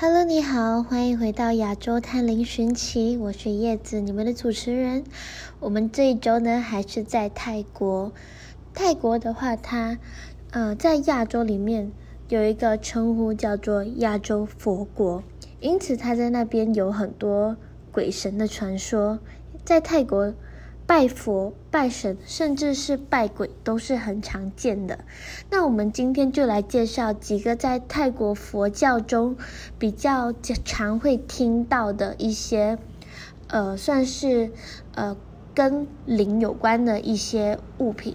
Hello， 你好，欢迎回到亚洲探灵寻奇，我是叶子，你们的主持人。我们这一周呢，还是在泰国。泰国的话，它在亚洲里面有一个称呼叫做亚洲佛国，因此它在那边有很多鬼神的传说。在泰国拜佛、拜神，甚至是拜鬼都是很常见的。那我们今天就来介绍几个在泰国佛教中比较常会听到的一些算是跟灵有关的一些物品。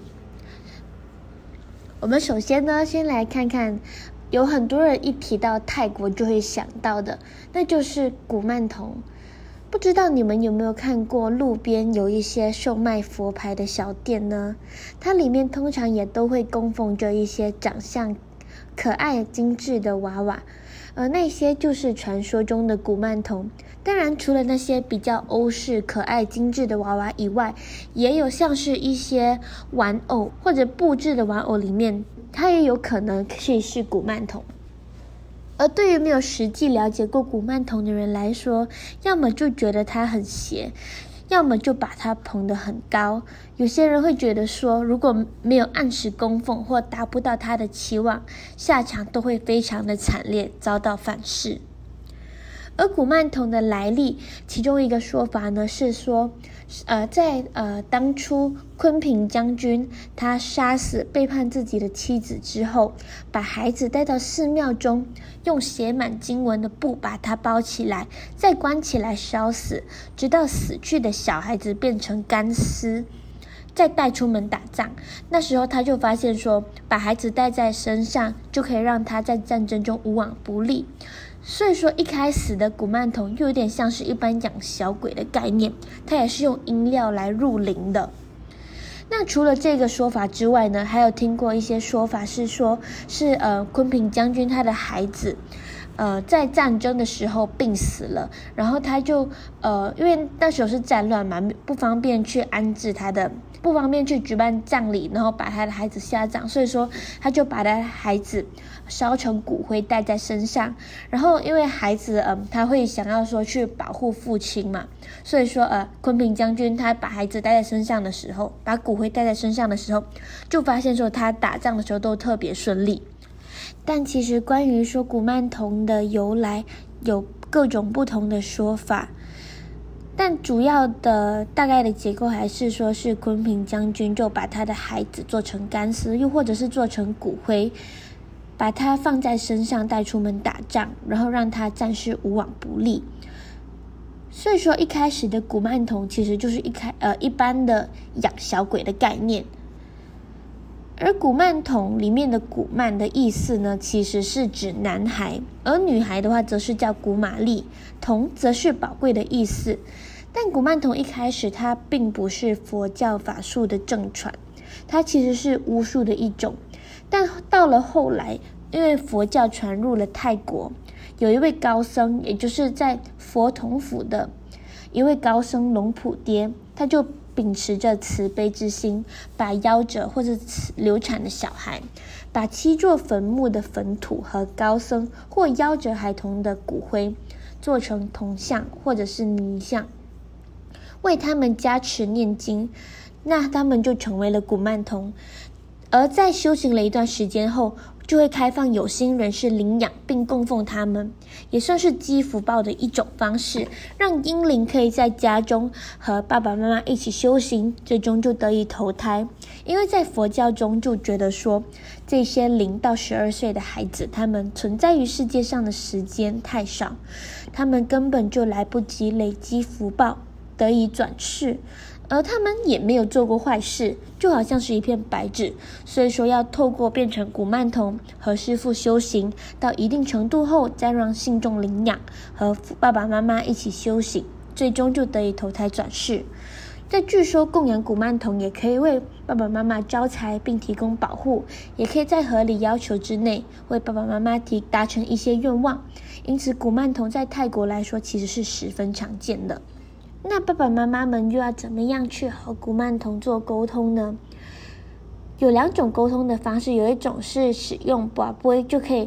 我们首先呢，先来看看有很多人一提到泰国就会想到的，那就是古曼童。不知道你们有没有看过路边有一些售卖佛牌的小店呢？它里面通常也都会供奉着一些长相可爱精致的娃娃，而那些就是传说中的古曼童。当然除了那些比较欧式可爱精致的娃娃以外，也有像是一些玩偶或者布置的玩偶里面，它也有可能可以是古曼童。而对于没有实际了解过古曼童的人来说，要么就觉得它很邪，要么就把它捧得很高。有些人会觉得说，如果没有按时供奉或达不到他的期望，下场都会非常的惨烈，遭到反噬。而古曼童的来历，其中一个说法呢是说，在当初坤平将军他杀死背叛自己的妻子之后，把孩子带到寺庙中，用写满经文的布把他包起来，再关起来烧死，直到死去的小孩子变成干尸，再带出门打仗。那时候他就发现说，把孩子带在身上就可以让他在战争中无往不利。所以说一开始的古曼童又有点像是一般养小鬼的概念，它也是用阴料来入灵的。那除了这个说法之外呢，还有听过一些说法是说，是坤平将军他的孩子在战争的时候病死了，然后他就因为那时候是战乱嘛，不方便去安置他的，不方便去举办葬礼，然后把他的孩子下葬，所以说他就把他的孩子烧成骨灰带在身上。然后因为孩子他会想要说去保护父亲嘛，所以说坤平将军他把孩子带在身上的时候，把骨灰带在身上的时候，就发现说他打仗的时候都特别顺利。但其实关于说古曼童的由来，有各种不同的说法，但主要的大概的结构还是说是坤平将军就把他的孩子做成干尸，又或者是做成骨灰，把他放在身上带出门打仗，然后让他暂时无往不利。所以说一开始的古曼童其实就是一般的养小鬼的概念。而古曼童里面的古曼的意思呢，其实是指男孩，而女孩的话则是叫古玛丽，童则是宝贵的意思。但古曼童一开始它并不是佛教法术的正传，它其实是巫术的一种。但到了后来，因为佛教传入了泰国，有一位高僧，也就是在佛统府的一位高僧龙普爹，他就秉持着慈悲之心，把夭折或者流产的小孩，把7座坟墓的坟土和高僧或夭折孩童的骨灰做成铜像或者是泥像，为他们加持念经，那他们就成为了古曼童。而在修行了一段时间后，就会开放有心人士领养并供奉他们，也算是积福报的一种方式，让婴灵可以在家中和爸爸妈妈一起修行，最终就得以投胎。因为在佛教中就觉得说，这些0到12岁的孩子，他们存在于世界上的时间太少，他们根本就来不及累积福报，得以转世。而他们也没有做过坏事，就好像是一片白纸，所以说要透过变成古曼童和师父修行到一定程度后，再让信众领养和爸爸妈妈一起修行，最终就得以投胎转世。在据说供养古曼童也可以为爸爸妈妈招财并提供保护，也可以在合理要求之内为爸爸妈妈达成一些愿望，因此古曼童在泰国来说其实是十分常见的。那爸爸妈妈们又要怎么样去和古曼童做沟通呢？有2种沟通的方式，有一种是使用跋杯就可以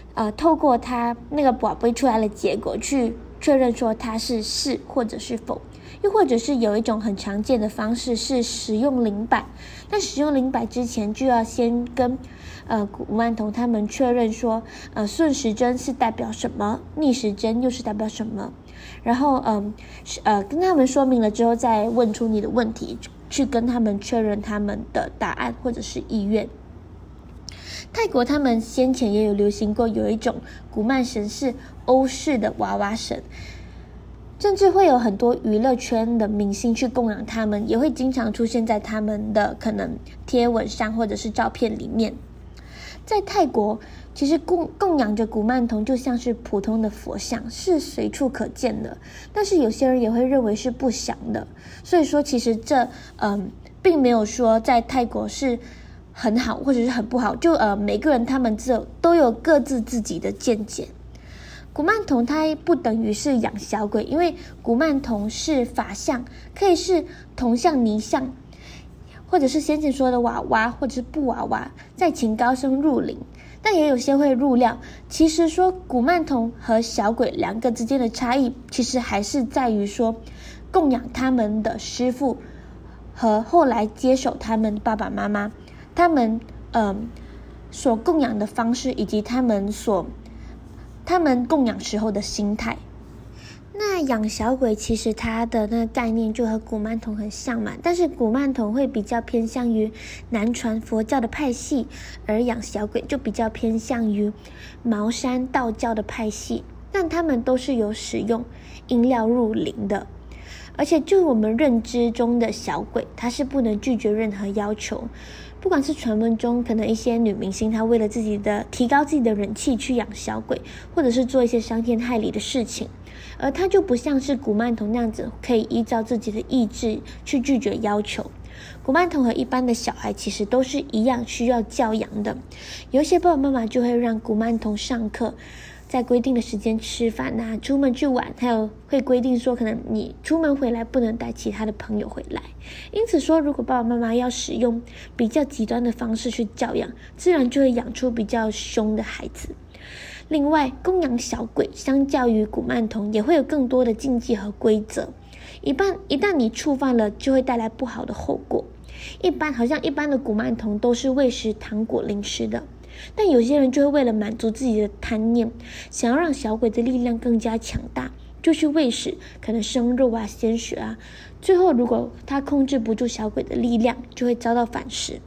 透过他那个宝贝出来的结果去确认说它是或者是否。又或者是有一种很常见的方式是使用灵摆，那使用灵摆之前就要先跟古曼童他们确认说顺时针是代表什么，逆时针又是代表什么，然后跟他们说明了之后再问出你的问题，去跟他们确认他们的答案或者是意愿。泰国他们先前也有流行过有一种古曼神是欧式的娃娃神，甚至会有很多娱乐圈的明星去供养他们，也会经常出现在他们的可能贴文上或者是照片里面。在泰国其实供养着古曼童就像是普通的佛像，是随处可见的，但是有些人也会认为是不祥的，所以说其实这并没有说在泰国是很好或者是很不好，就每个人他们都有各自自己的见解。古曼童它不等于是养小鬼，因为古曼童是法相，可以是铜像、泥像，或者是先前说的娃娃或者是布娃娃，再请高僧入灵，但也有些会入料。其实说古曼童和小鬼两个之间的差异，其实还是在于说供养他们的师父和后来接手他们爸爸妈妈，他们所供养的方式，以及他们供养时候的心态。那养小鬼其实它的那个概念就和古曼童很像嘛，但是古曼童会比较偏向于南传佛教的派系，而养小鬼就比较偏向于茅山道教的派系，但他们都是有使用阴料入灵的。而且就我们认知中的小鬼，他是不能拒绝任何要求，不管是传闻中可能一些女明星她为了提高自己的人气去养小鬼，或者是做一些伤天害理的事情，而他就不像是古曼童那样子可以依照自己的意志去拒绝要求。古曼童和一般的小孩其实都是一样需要教养的，有一些爸爸妈妈就会让古曼童上课，在规定的时间吃饭啊，出门去玩，还有会规定说可能你出门回来不能带其他的朋友回来。因此说如果爸爸妈妈要使用比较极端的方式去教养，自然就会养出比较凶的孩子。另外供养小鬼相较于古曼童也会有更多的禁忌和规则，一旦你触犯了就会带来不好的后果。好像一般的古曼童都是喂食糖果零食的，但有些人就会为了满足自己的贪念，想要让小鬼的力量更加强大，就去喂食可能生肉啊、鲜血啊，最后如果他控制不住小鬼的力量，就会遭到反噬。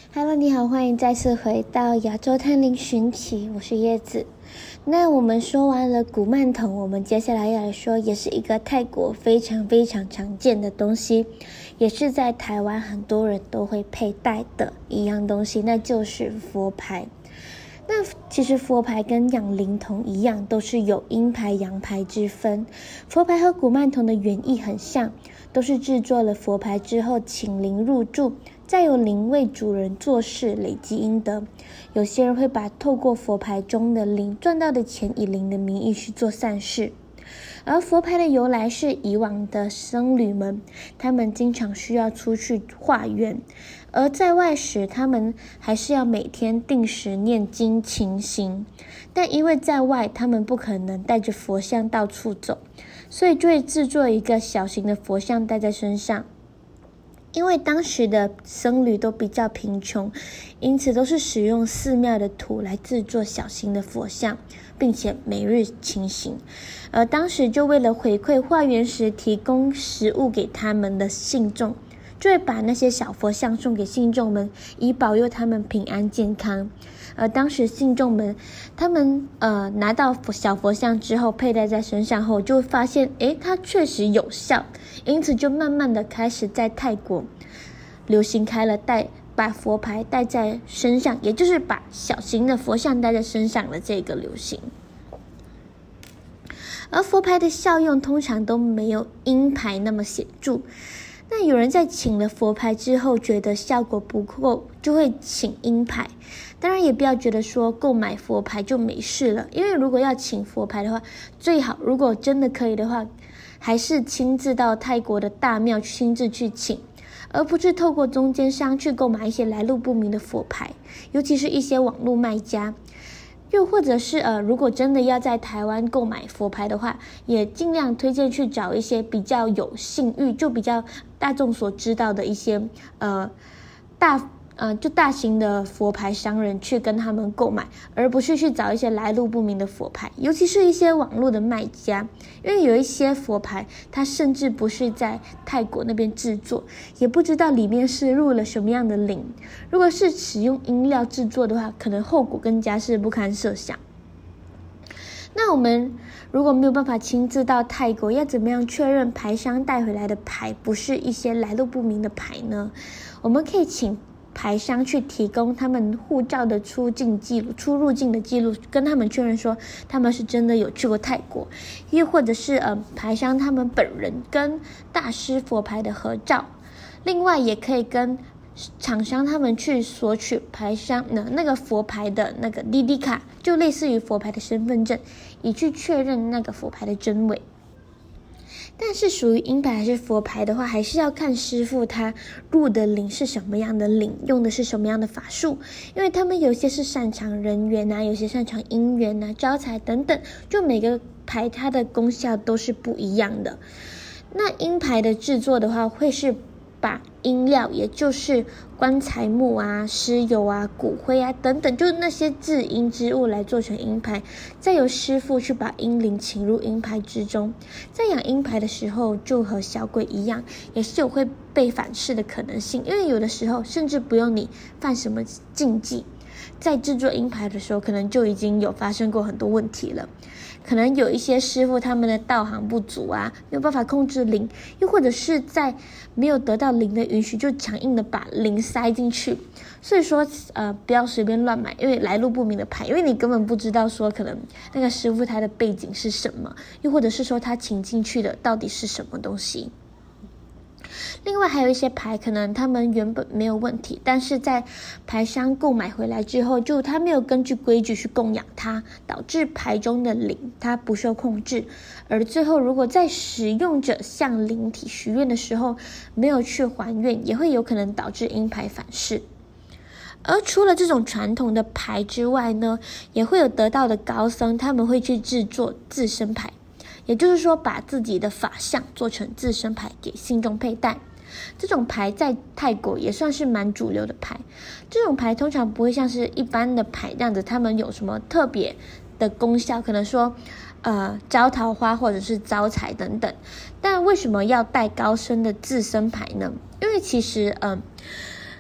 Hello， 你好，欢迎再次回到亚洲探灵寻奇，我是叶子。那我们说完了古曼童，我们接下来要来说，也是一个泰国非常非常常见的东西，也是在台湾很多人都会佩戴的一样东西，那就是佛牌。那其实佛牌跟养灵童一样，都是有阴牌阳牌之分。佛牌和古曼童的原意很像，都是制作了佛牌之后请灵入住，再由灵为主人做事，累积阴德。有些人会把透过佛牌中的灵赚到的钱，以灵的名义去做善事。而佛牌的由来是以往的僧侣们，他们经常需要出去化缘，而在外时他们还是要每天定时念经勤行，但因为在外他们不可能带着佛像到处走，所以就会制作一个小型的佛像带在身上。因为当时的僧侣都比较贫穷，因此都是使用寺庙的土来制作小型的佛像，并且每日勤行。而当时就为了回馈化缘时提供食物给他们的信众，就会把那些小佛像送给信众们，以保佑他们平安健康。而当时信众们他们拿到小佛像之后，佩戴在身上后，就会发现它确实有效，因此就慢慢的开始在泰国流行开了把佛牌戴在身上，也就是把小型的佛像戴在身上的这个流行。而佛牌的效用通常都没有阴牌那么显著，那有人在请了佛牌之后觉得效果不够，就会请阴牌。当然也不要觉得说购买佛牌就没事了，因为如果要请佛牌的话，最好如果真的可以的话，还是亲自到泰国的大庙亲自去请，而不是透过中间商去购买一些来路不明的佛牌，尤其是一些网络卖家。又或者是如果真的要在台湾购买佛牌的话，也尽量推荐去找一些比较有信誉，就比较大众所知道的一些大型的佛牌商人去跟他们购买，而不是去找一些来路不明的佛牌，尤其是一些网络的卖家。因为有一些佛牌它甚至不是在泰国那边制作，也不知道里面是入了什么样的灵，如果是使用阴料制作的话，可能后果更加是不堪设想。那我们如果没有办法亲自到泰国，要怎么样确认牌商带回来的牌不是一些来路不明的牌呢？我们可以请牌商去提供他们护照的出入境的记录，跟他们确认说他们是真的有去过泰国，又或者是牌商他们本人跟大师佛牌的合照。另外也可以跟厂商他们去索取牌商那个佛牌的那个 DD 卡，就类似于佛牌的身份证，以去确认那个佛牌的真伪。但是属于阴牌还是佛牌的话，还是要看师父他入的灵是什么样的灵，用的是什么样的法术，因为他们有些是擅长人缘有些擅长姻缘招财等等，就每个牌它的功效都是不一样的。那阴牌的制作的话，会是把阴料，也就是棺材木尸油骨灰等等，就是那些至阴之物来做成阴牌，再由师父去把阴灵请入阴牌之中。在养阴牌的时候，就和小鬼一样，也是有会被反噬的可能性，因为有的时候甚至不用你犯什么禁忌，在制作阴牌的时候可能就已经有发生过很多问题了。可能有一些师傅他们的道行不足没有办法控制灵，又或者是在没有得到灵的允许就强硬的把灵塞进去。所以说不要随便乱买，因为来路不明的牌，因为你根本不知道说可能那个师傅他的背景是什么，又或者是说他请进去的到底是什么东西。另外还有一些牌可能他们原本没有问题，但是在牌商购买回来之后，就他没有根据规矩去供养它，导致牌中的灵它不受控制，而最后如果在使用者向灵体许愿的时候没有去还愿，也会有可能导致阴牌反噬。而除了这种传统的牌之外呢，也会有得道的高僧，他们会去制作自身牌，也就是说把自己的法相做成自身牌给信众佩戴。这种牌在泰国也算是蛮主流的牌，这种牌通常不会像是一般的牌这样子，他们有什么特别的功效，可能说招桃花或者是招财等等。但为什么要戴高僧的自身牌呢？因为其实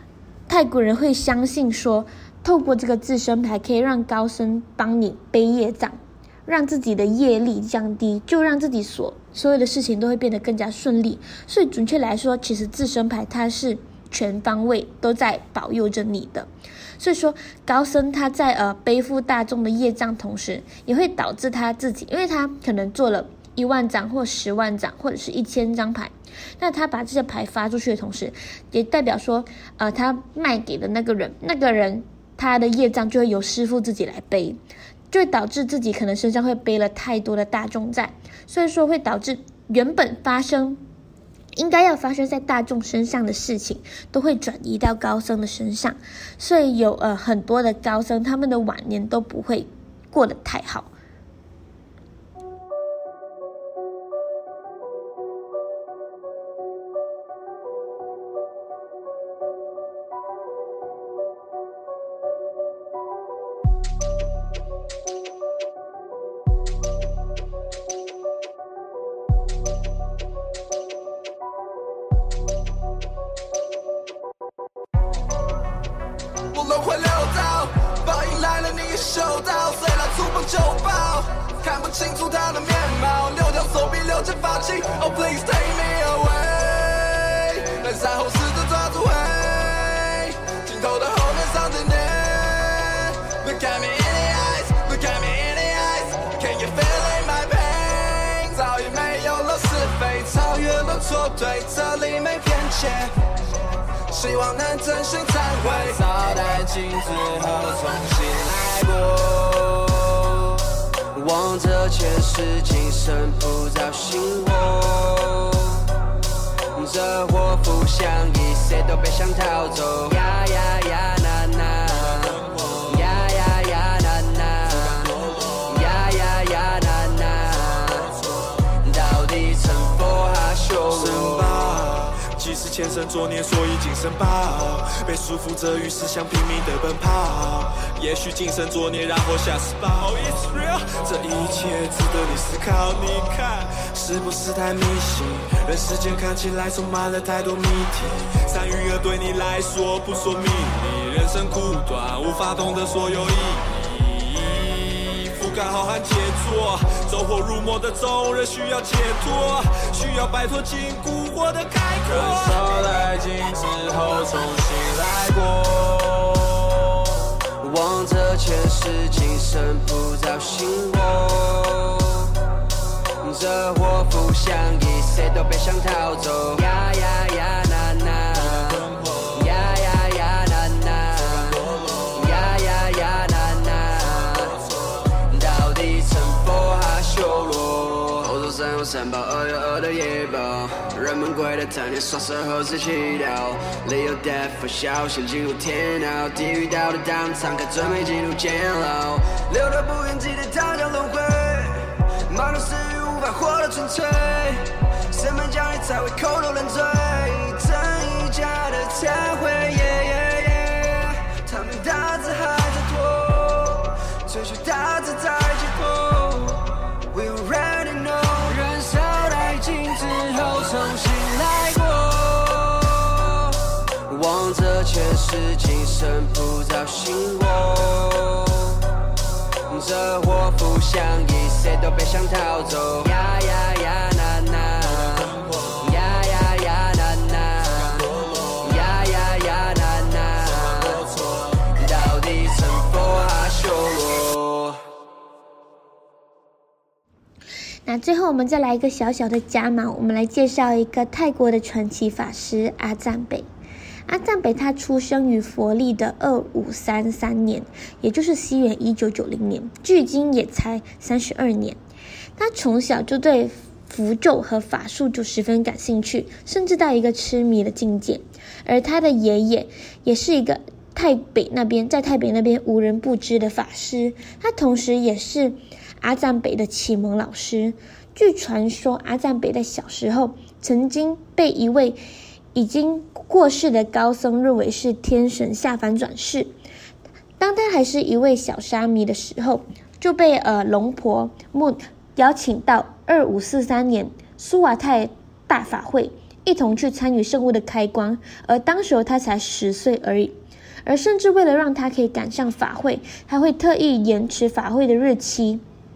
泰国人会相信说，透过这个自身牌可以让高僧帮你背业障，让自己的业力降低，就让自己所有的事情都会变得更加顺利。所以准确来说，其实自身牌它是全方位都在保佑着你的。所以说高僧他在背负大众的业障同时，也会导致他自己，因为他可能做了1万张或10万张或者是1000张牌，那他把这些牌发出去的同时，也代表说他卖给的那个人他的业障就会由师父自己来背，就会导致自己可能身上会背了太多的大众债，所以说会导致原本应该要发生在大众身上的事情都会转移到高僧的身上，所以有很多的高僧他们的晚年都不会过得太好。 轮回六道，报应来了你也嗅到，谁来粗暴就爆，看不清楚他的面貌，溜掉手臂留着发髻 ，Oh please take me away， 来赛后试着抓住回镜头的后面上着你 ，Look at me in the eyes， Look at me in the eyes，Can you feel it my pain？ 早已没有了是非，超越了错对，这里没偏见。希望能真心忏悔，早带镜子后重新来过，望着前世今生不造心窝，这祸福相依，谁都别想逃走。呀呀呀呐呐，呀呀呀呐呐，呀呀呀呐呐，到底成佛还修罗？ 既是前生作孽，所以今生报，被束缚着，于是想拼命的奔跑。也许今生作孽，然后下世报。It's real， 这一切值得你思考。你看，是不是太迷信？人世间看起来充满了太多谜题，善与恶对你来说不说秘密。人生苦短，无法懂得所有意义。覆盖浩瀚杰作，走火入魔的众人需要解脱，需要摆脱禁锢或的开阔。 人手带镜之后重新来过，望着前世今生不造心窝，这祸福相依，谁都别想逃走。呀呀呀呐呐，呀呀呀呐呐，呀呀呀呐呐，到底成佛还修罗？后头善有善报，恶有恶的业报，人们跪在贪念，双手合十祈祷，理由 death 发酵，陷进入天牢，地狱道的当场，看准备进入监牢，流到不愿记得他叫轮回，忙的死于无法活得纯粹，谁们将你才会口头认罪，真亦假的忏悔，他们大字还在拖，追求大自在结果 We already know， 人手带镜之后重新来过，望着前世今生不造心窝，这祸福相依，谁都别想逃走。呀呀呀呐呐，呀呀呀呐呐，呀呀呀呐呐，到底成佛还修罗？ 那最后我们再来一个小小的加码，我们来介绍一个泰国的传奇法师阿赞北。阿赞北他出生于佛历的2533年，也就是西元1990年，距今也才32年。他从小就对符咒和法术就十分感兴趣，甚至到一个痴迷的境界。而他的爷爷也是一个在台北那边无人不知的法师，他同时也是阿赞北的启蒙老师。据传说，阿赞北在小时候曾经被一位已经过世的高僧认为是天神下凡转世。当他还是一位小沙弥的时候，就被龙婆邀请到2543年苏瓦泰大法会，一同去参与圣物的开光，而当时他才10岁而已。 而甚至为了让他可以赶上法会，还会特意延迟法会的日期。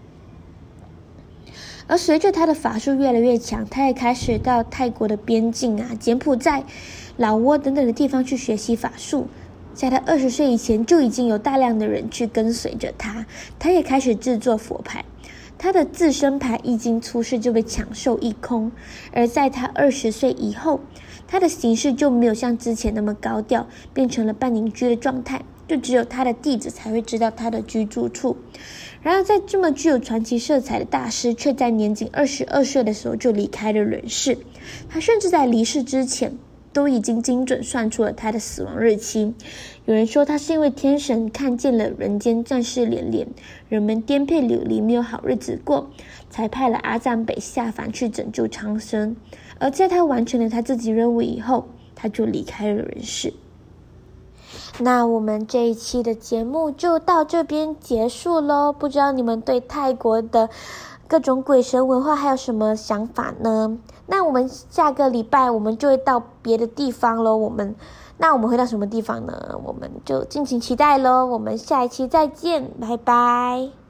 而随着他的法术越来越强，他也开始到泰国的边境柬埔寨、老挝等等的地方去学习法术。在他20岁以前，就已经有大量的人去跟随着他。他也开始制作佛牌，他的自身牌一经出世就被抢售一空。而在他20岁以后，他的形式就没有像之前那么高调，变成了半隐居的状态，就只有他的弟子才会知道他的居住处。然而在这么具有传奇色彩的大师，却在年仅22岁的时候就离开了人世。他甚至在离世之前都已经精准算出了他的死亡日期。有人说他是因为天神看见了人间战事连连，人们颠沛流离，没有好日子过，才派了阿赞北下凡去拯救苍生。而在他完成了他自己任务以后，他就离开了人世。那我们这一期的节目就到这边结束咯。不知道你们对泰国的各种鬼神文化还有什么想法呢？那我们下个礼拜我们就会到别的地方咯。那我们会到什么地方呢？我们就敬请期待咯。我们下一期再见，拜拜。